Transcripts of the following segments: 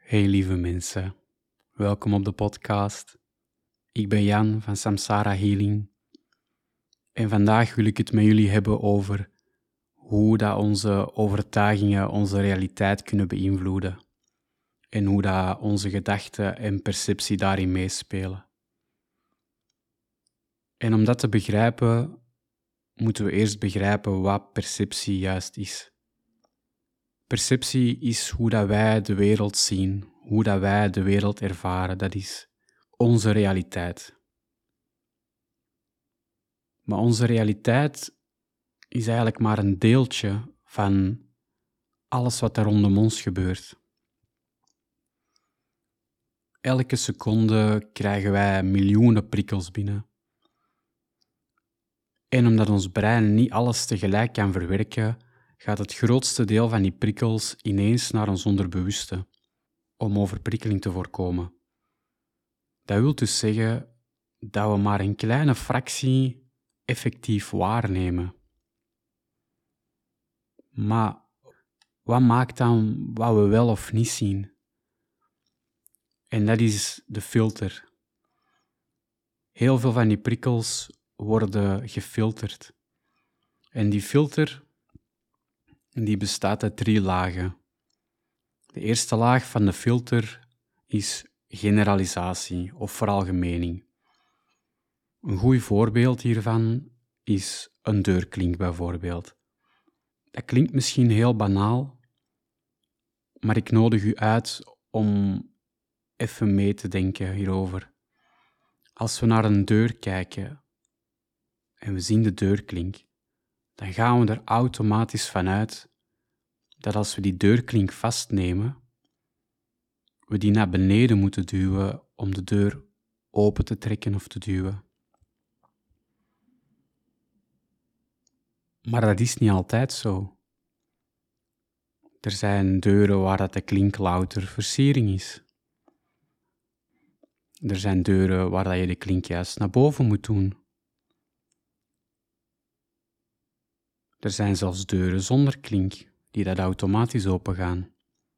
Hey lieve mensen, welkom op de podcast. Ik ben Jan van Samsara Healing en vandaag wil ik het met jullie hebben over hoe dat onze overtuigingen onze realiteit kunnen beïnvloeden en hoe dat onze gedachten en perceptie daarin meespelen. En om dat te begrijpen, moeten we eerst begrijpen wat perceptie juist is. Perceptie is hoe dat wij de wereld zien, hoe dat wij de wereld ervaren. Dat is onze realiteit. Maar onze realiteit is eigenlijk maar een deeltje van alles wat er rondom ons gebeurt. Elke seconde krijgen wij miljoenen prikkels binnen. En omdat ons brein niet alles tegelijk kan verwerken, gaat het grootste deel van die prikkels ineens naar ons onderbewuste, om overprikkeling te voorkomen. Dat wil dus zeggen dat we maar een kleine fractie effectief waarnemen. Maar wat maakt dan wat we wel of niet zien? En dat is de filter. Heel veel van die prikkels worden gefilterd. En die filter die bestaat uit 3 lagen. De eerste laag van de filter is generalisatie of veralgemening. Een goed voorbeeld hiervan is een deurklink bijvoorbeeld. Dat klinkt misschien heel banaal, maar ik nodig u uit om even mee te denken hierover. Als we naar een deur kijken en we zien de deurklink, dan gaan we er automatisch vanuit dat als we die deurklink vastnemen, we die naar beneden moeten duwen om de deur open te trekken of te duwen. Maar dat is niet altijd zo. Er zijn deuren waar dat de klink louter versiering is. Er zijn deuren waar dat je de klink juist naar boven moet doen. Er zijn zelfs deuren zonder klink, die dat automatisch opengaan.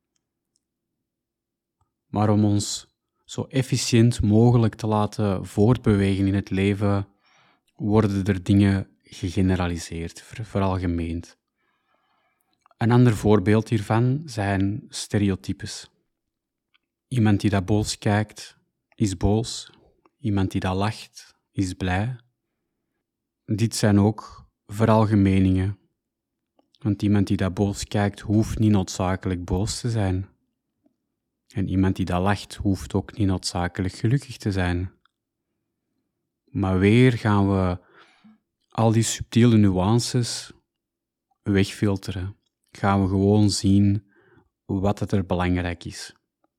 Maar om ons zo efficiënt mogelijk te laten voortbewegen in het leven, worden er dingen gegeneraliseerd, veralgemeend. Een ander voorbeeld hiervan zijn stereotypes. Iemand die dat boos kijkt, is boos. Iemand die dat lacht, is blij. Dit zijn ook veralgemeningen. Want iemand die dat boos kijkt, hoeft niet noodzakelijk boos te zijn. En iemand die dat lacht, hoeft ook niet noodzakelijk gelukkig te zijn. Maar weer gaan we al die subtiele nuances wegfilteren. Gaan we gewoon zien wat het er belangrijk is.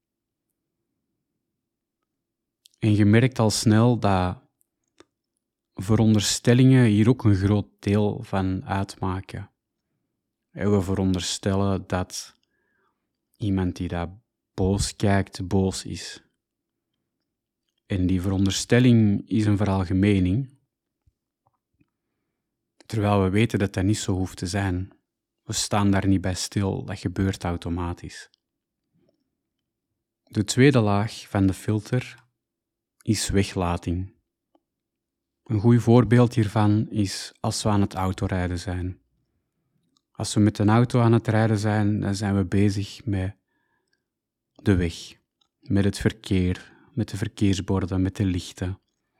En je merkt al snel dat veronderstellingen hier ook een groot deel van uitmaken. En we veronderstellen dat iemand die dat boos kijkt, boos is. En die veronderstelling is een veralgemening, terwijl we weten dat dat niet zo hoeft te zijn. We staan daar niet bij stil, dat gebeurt automatisch. De tweede laag van de filter is weglating. Een goed voorbeeld hiervan is als we aan het autorijden zijn. Als we met een auto aan het rijden zijn, dan zijn we bezig met de weg, met het verkeer, met de verkeersborden, met de lichten.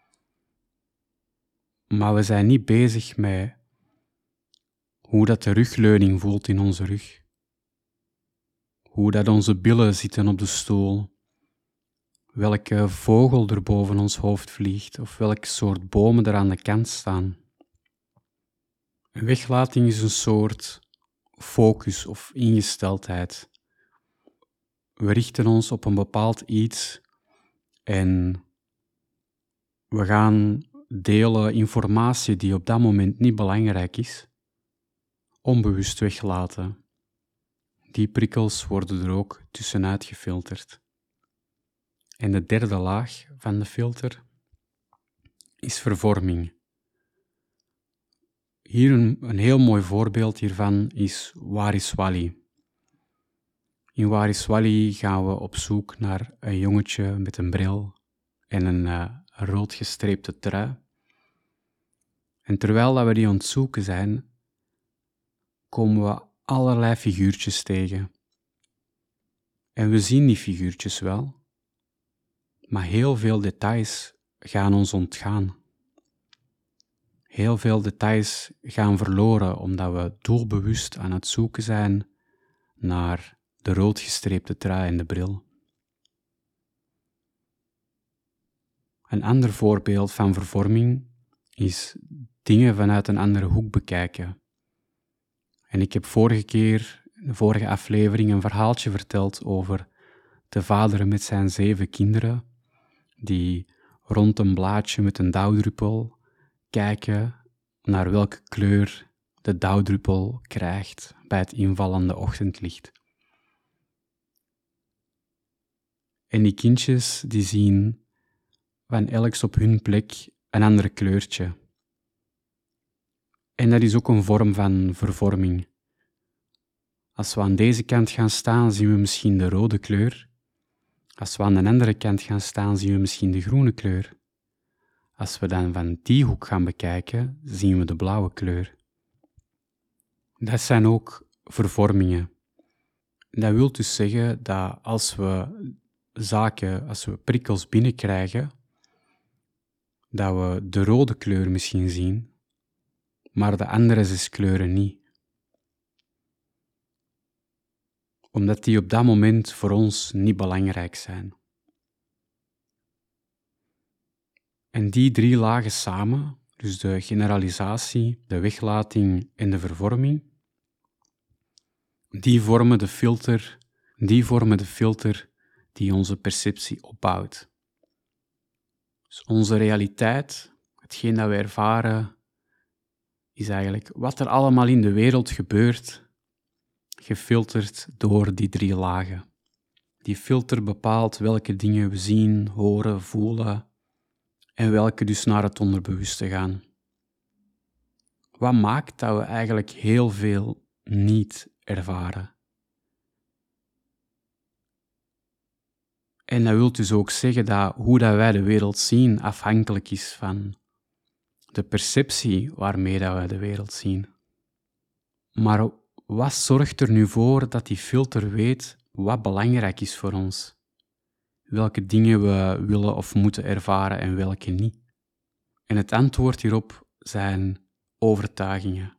Maar we zijn niet bezig met hoe dat de rugleuning voelt in onze rug. Hoe dat onze billen zitten op de stoel. Welke vogel er boven ons hoofd vliegt of welke soort bomen er aan de kant staan. Een weglating is een soort focus of ingesteldheid. We richten ons op een bepaald iets en we gaan delen informatie die op dat moment niet belangrijk is, onbewust weglaten. Die prikkels worden er ook tussenuit gefilterd. En de derde laag van de filter is vervorming. Hier een heel mooi voorbeeld hiervan is Waar is Wally? In Waar is Wally gaan we op zoek naar een jongetje met een bril en een rood gestreepte trui. En terwijl dat we die aan het zoeken zijn, komen we allerlei figuurtjes tegen. En we zien die figuurtjes wel, maar heel veel details gaan ons ontgaan. Heel veel details gaan verloren omdat we doelbewust aan het zoeken zijn naar de roodgestreepte trui en de bril. Een ander voorbeeld van vervorming is dingen vanuit een andere hoek bekijken. En ik heb in de vorige aflevering, een verhaaltje verteld over de vader met zijn 7 kinderen, die rond een blaadje met een dauwdruppel kijken naar welke kleur de dauwdruppel krijgt bij het invallende ochtendlicht. En die kindjes die zien van elk op hun plek een ander kleurtje. En dat is ook een vorm van vervorming. Als we aan deze kant gaan staan, zien we misschien de rode kleur. Als we aan de andere kant gaan staan, zien we misschien de groene kleur. Als we dan van die hoek gaan bekijken, zien we de blauwe kleur. Dat zijn ook vervormingen. Dat wil dus zeggen dat als we prikkels binnenkrijgen, dat we de rode kleur misschien zien, maar de andere 6 kleuren niet. Omdat die op dat moment voor ons niet belangrijk zijn. En die 3 lagen samen, dus de generalisatie, de weglating en de vervorming, die vormen de filter die onze perceptie opbouwt. Dus onze realiteit, hetgeen dat we ervaren, is eigenlijk wat er allemaal in de wereld gebeurt, gefilterd door die 3 lagen. Die filter bepaalt welke dingen we zien, horen, voelen en welke dus naar het onderbewuste gaan. Wat maakt dat we eigenlijk heel veel niet ervaren? En dat wil dus ook zeggen dat hoe dat wij de wereld zien afhankelijk is van de perceptie waarmee dat we de wereld zien. Maar wat zorgt er nu voor dat die filter weet wat belangrijk is voor ons? Welke dingen we willen of moeten ervaren en welke niet? En het antwoord hierop zijn overtuigingen.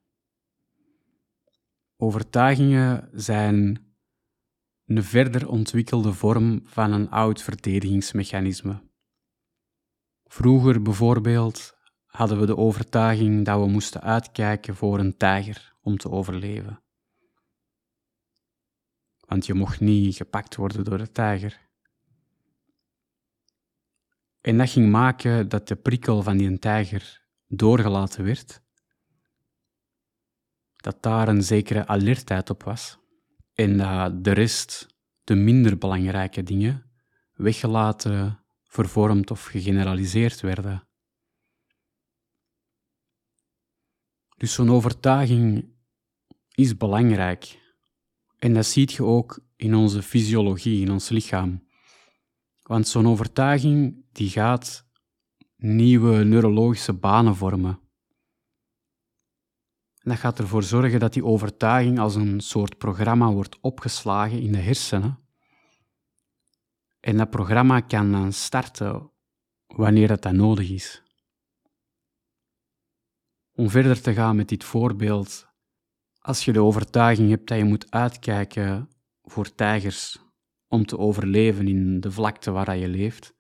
Overtuigingen zijn een verder ontwikkelde vorm van een oud verdedigingsmechanisme. Vroeger bijvoorbeeld hadden we de overtuiging dat we moesten uitkijken voor een tijger om te overleven. Want je mocht niet gepakt worden door de tijger. En dat ging maken dat de prikkel van die tijger doorgelaten werd, dat daar een zekere alertheid op was en dat de rest, de minder belangrijke dingen, weggelaten, vervormd of gegeneraliseerd werden. Dus zo'n overtuiging is belangrijk. En dat zie je ook in onze fysiologie, in ons lichaam. Want zo'n overtuiging die gaat nieuwe neurologische banen vormen. En dat gaat ervoor zorgen dat die overtuiging als een soort programma wordt opgeslagen in de hersenen. En dat programma kan dan starten wanneer dat nodig is. Om verder te gaan met dit voorbeeld, als je de overtuiging hebt dat je moet uitkijken voor tijgers om te overleven in de vlakte waar je leeft,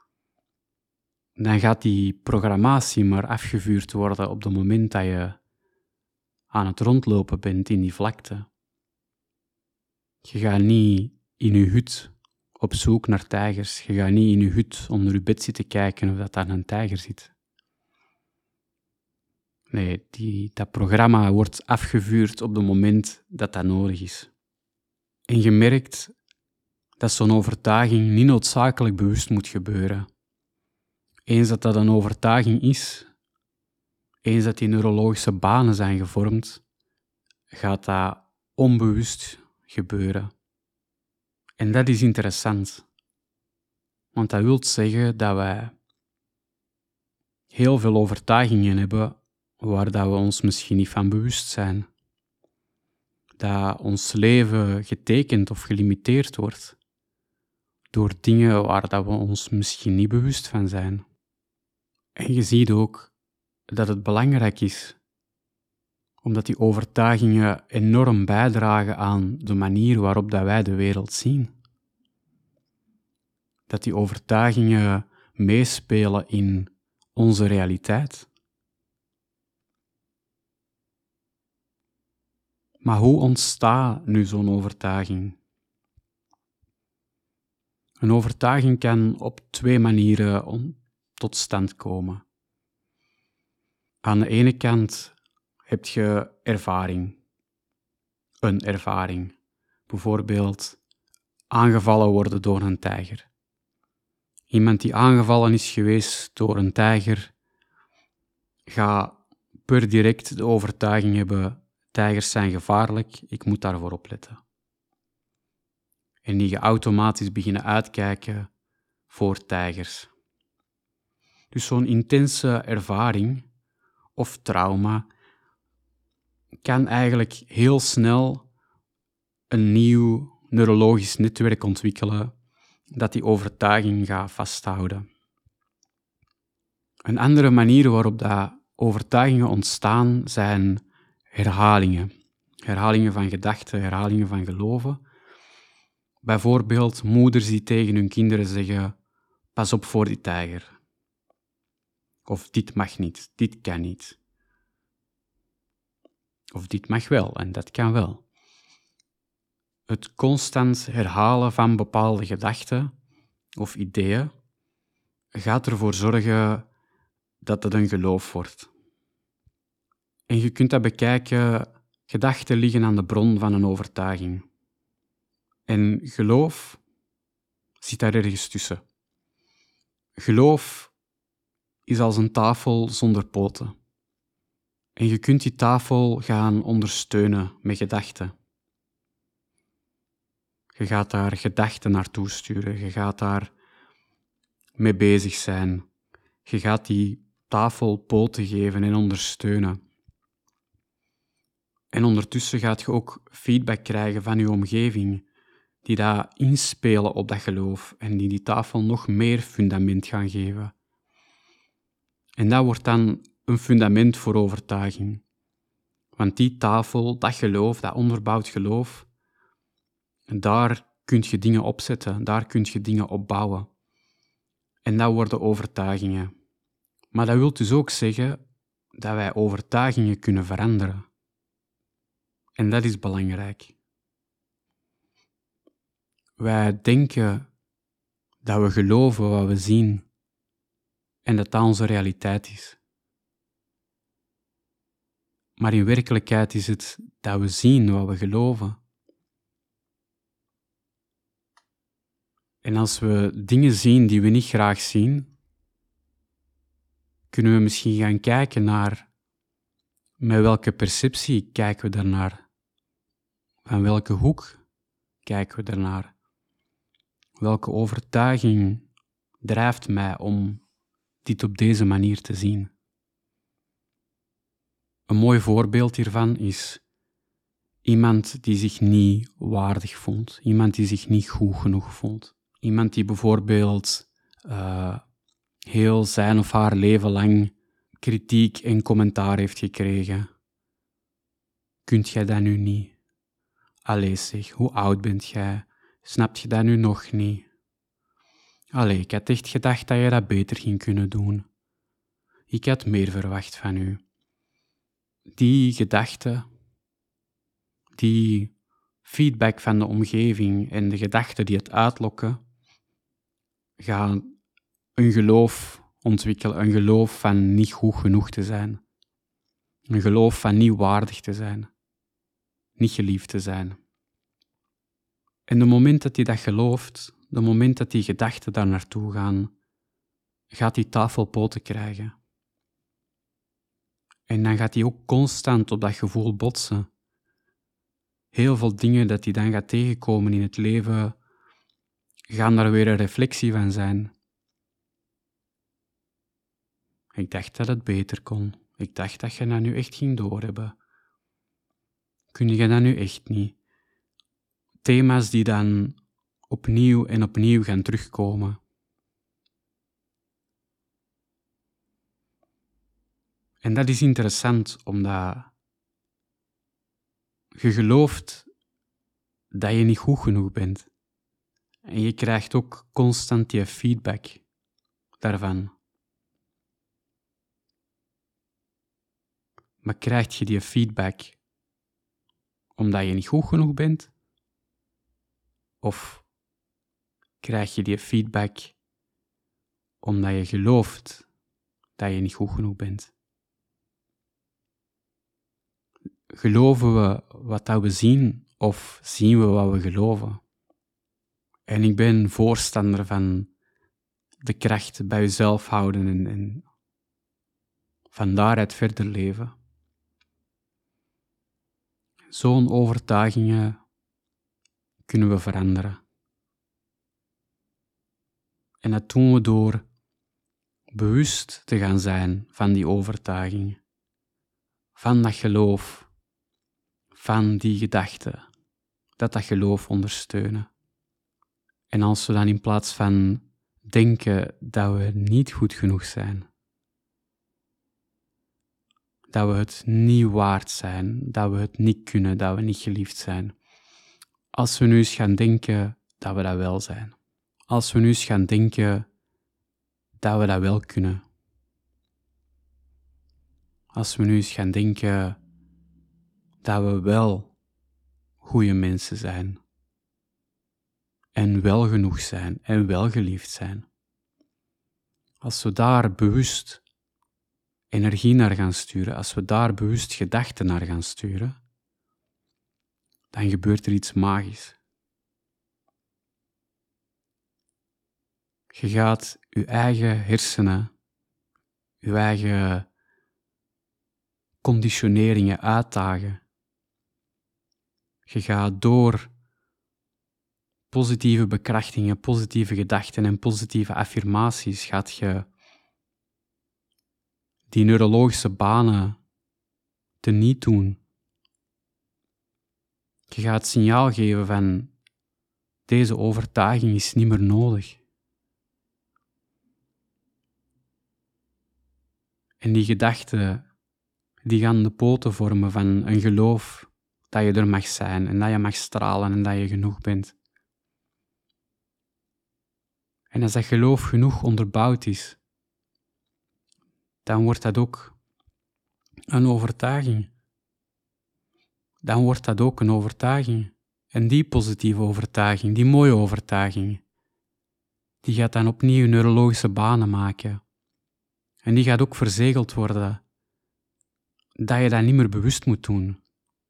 dan gaat die programmatie maar afgevuurd worden op het moment dat je aan het rondlopen bent in die vlakte. Je gaat niet in je hut op zoek naar tijgers. Je gaat niet in je hut onder je bed zitten kijken of dat daar een tijger zit. Nee, dat programma wordt afgevuurd op het moment dat dat nodig is. En je merkt dat zo'n overtuiging niet noodzakelijk bewust moet gebeuren. Eens dat een overtuiging is, eens dat die neurologische banen zijn gevormd, gaat dat onbewust gebeuren. En dat is interessant. Want dat wil zeggen dat wij heel veel overtuigingen hebben waar dat we ons misschien niet van bewust zijn. Dat ons leven getekend of gelimiteerd wordt door dingen waar dat we ons misschien niet bewust van zijn. En je ziet ook dat het belangrijk is, omdat die overtuigingen enorm bijdragen aan de manier waarop dat wij de wereld zien. Dat die overtuigingen meespelen in onze realiteit. Maar hoe ontstaat nu zo'n overtuiging? Een overtuiging kan op 2 manieren tot stand komen. Aan de ene kant heb je ervaring. Een ervaring. Bijvoorbeeld aangevallen worden door een tijger. Iemand die aangevallen is geweest door een tijger, gaat per direct de overtuiging hebben: tijgers zijn gevaarlijk, ik moet daarvoor opletten. En die gaat automatisch beginnen uitkijken voor tijgers. Dus zo'n intense ervaring of trauma kan eigenlijk heel snel een nieuw neurologisch netwerk ontwikkelen dat die overtuiging gaat vasthouden. Een andere manier waarop dat overtuigingen ontstaan zijn herhalingen. Herhalingen van gedachten, herhalingen van geloven. Bijvoorbeeld moeders die tegen hun kinderen zeggen: pas op voor die tijger. Of dit mag niet, dit kan niet. Of dit mag wel en dat kan wel. Het constant herhalen van bepaalde gedachten of ideeën gaat ervoor zorgen dat het een geloof wordt. En je kunt dat bekijken, gedachten liggen aan de bron van een overtuiging. En geloof zit daar ergens tussen. Geloof is als een tafel zonder poten. En je kunt die tafel gaan ondersteunen met gedachten. Je gaat daar gedachten naartoe sturen, je gaat daar mee bezig zijn. Je gaat die tafel poten geven en ondersteunen. En ondertussen gaat je ook feedback krijgen van je omgeving, die daar inspelen op dat geloof en die tafel nog meer fundament gaan geven. En dat wordt dan een fundament voor overtuiging. Want die tafel, dat geloof, dat onderbouwd geloof, daar kun je dingen opzetten, daar kun je dingen opbouwen. En dat worden overtuigingen. Maar dat wil dus ook zeggen dat wij overtuigingen kunnen veranderen. En dat is belangrijk. Wij denken dat we geloven wat we zien en dat dat onze realiteit is. Maar in werkelijkheid is het dat we zien wat we geloven. En als we dingen zien die we niet graag zien, kunnen we misschien gaan kijken naar met welke perceptie kijken we daarnaar. Van welke hoek kijken we daarnaar. Welke overtuiging drijft mij om dit op deze manier te zien. Een mooi voorbeeld hiervan is iemand die zich niet waardig voelt. Iemand die zich niet goed genoeg voelt. Iemand die bijvoorbeeld heel zijn of haar leven lang kritiek en commentaar heeft gekregen. Kunt jij dat nu niet? Allee zeg, hoe oud bent jij? Snapt je dat nu nog niet? Allee, ik had echt gedacht dat je dat beter ging kunnen doen. Ik had meer verwacht van u. Die gedachten, die feedback van de omgeving en de gedachten die het uitlokken, gaan een geloof ontwikkelen, een geloof van niet goed genoeg te zijn. Een geloof van niet waardig te zijn, niet geliefd te zijn. En de moment dat hij dat gelooft, de moment dat die gedachten daar naartoe gaan, gaat die tafel poten krijgen. En dan gaat hij ook constant op dat gevoel botsen. Heel veel dingen dat hij dan gaat tegenkomen in het leven, gaan daar weer een reflectie van zijn. Ik dacht dat het beter kon. Ik dacht dat je dat nu echt ging doorhebben. Kun je dat nu echt niet? Thema's die dan opnieuw en opnieuw gaan terugkomen. En dat is interessant, omdat je gelooft dat je niet goed genoeg bent. En je krijgt ook constant die feedback daarvan. Maar krijg je die feedback omdat je niet goed genoeg bent? Of krijg je die feedback omdat je gelooft dat je niet goed genoeg bent? Geloven we wat dat we zien of zien we wat we geloven? En ik ben voorstander van de kracht bij jezelf houden en van daaruit verder leven. Zo'n overtuigingen kunnen we veranderen. En dat doen we door bewust te gaan zijn van die overtuigingen, van dat geloof, van die gedachten, dat geloof ondersteunen. En als we dan in plaats van denken dat we niet goed genoeg zijn, dat we het niet waard zijn, dat we het niet kunnen, dat we niet geliefd zijn. Als we nu eens gaan denken dat we dat wel zijn. Als we nu eens gaan denken dat we dat wel kunnen. Als we nu eens gaan denken dat we wel goede mensen zijn. En wel genoeg zijn en wel geliefd zijn. Als we daar bewust energie naar gaan sturen, als we daar bewust gedachten naar gaan sturen, dan gebeurt er iets magisch. Je gaat je eigen hersenen, je eigen conditioneringen uitdagen. Je gaat door positieve bekrachtingen, positieve gedachten en positieve affirmaties, gaat je die neurologische banen teniet doen. Je gaat signaal geven van deze overtuiging is niet meer nodig. En die gedachten, die gaan de poten vormen van een geloof dat je er mag zijn en dat je mag stralen en dat je genoeg bent. En als dat geloof genoeg onderbouwd is, dan wordt dat ook een overtuiging. Dan wordt dat ook een overtuiging. En die positieve overtuiging, die mooie overtuiging, die gaat dan opnieuw neurologische banen maken. En die gaat ook verzegeld worden dat je dat niet meer bewust moet doen.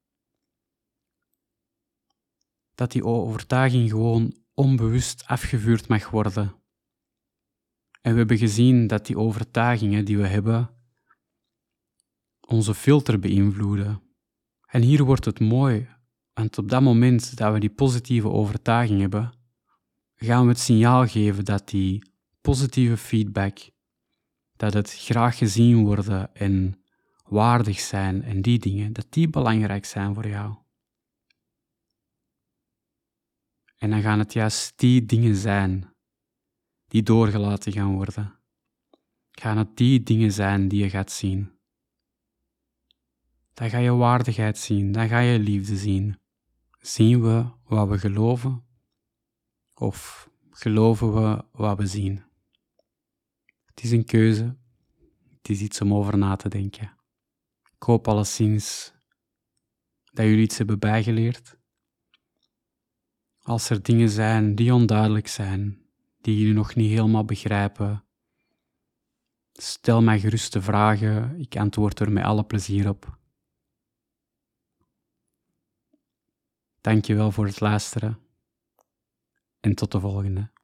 Dat die overtuiging gewoon onbewust afgevuurd mag worden. En we hebben gezien dat die overtuigingen die we hebben onze filter beïnvloeden. En hier wordt het mooi, want op dat moment dat we die positieve overtuiging hebben, gaan we het signaal geven dat die positieve feedback, dat het graag gezien worden en waardig zijn en die dingen, dat die belangrijk zijn voor jou. En dan gaan het juist die dingen zijn die doorgelaten gaan worden. Gaan het die dingen zijn die je gaat zien. Dan ga je waardigheid zien, dan ga je liefde zien. Zien we wat we geloven? Of geloven we wat we zien? Het is een keuze. Het is iets om over na te denken. Ik hoop alleszins dat jullie iets hebben bijgeleerd. Als er dingen zijn die onduidelijk zijn, die jullie nog niet helemaal begrijpen, stel mij gerust de vragen. Ik antwoord er met alle plezier op. Dank je wel voor het luisteren en tot de volgende.